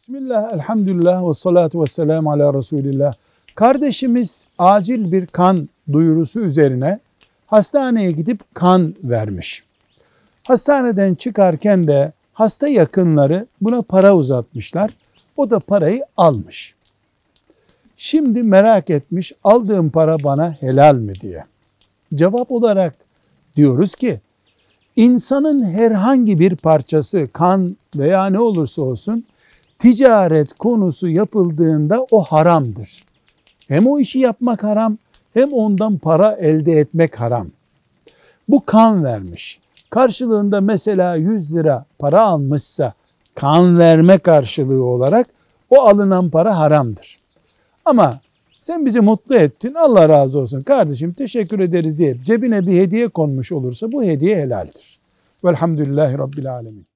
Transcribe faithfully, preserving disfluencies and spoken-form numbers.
Bismillah, elhamdülillah ve salatu ve selamu ala Resulillah. Kardeşimiz acil bir kan duyurusu üzerine hastaneye gidip kan vermiş. Hastaneden çıkarken de hasta yakınları buna para uzatmışlar. O da parayı almış. Şimdi merak etmiş, aldığım para bana helal mi diye. Cevap olarak diyoruz ki, insanın herhangi bir parçası, kan veya ne olursa olsun, ticaret konusu yapıldığında o haramdır. Hem o işi yapmak haram, hem ondan para elde etmek haram. Bu kan vermiş. Karşılığında mesela yüz lira para almışsa, kan verme karşılığı olarak o alınan para haramdır. Ama sen bizi mutlu ettin, Allah razı olsun kardeşim, teşekkür ederiz diye cebine bir hediye konmuş olursa bu hediye helaldir. Velhamdülillahi Rabbil Alemin.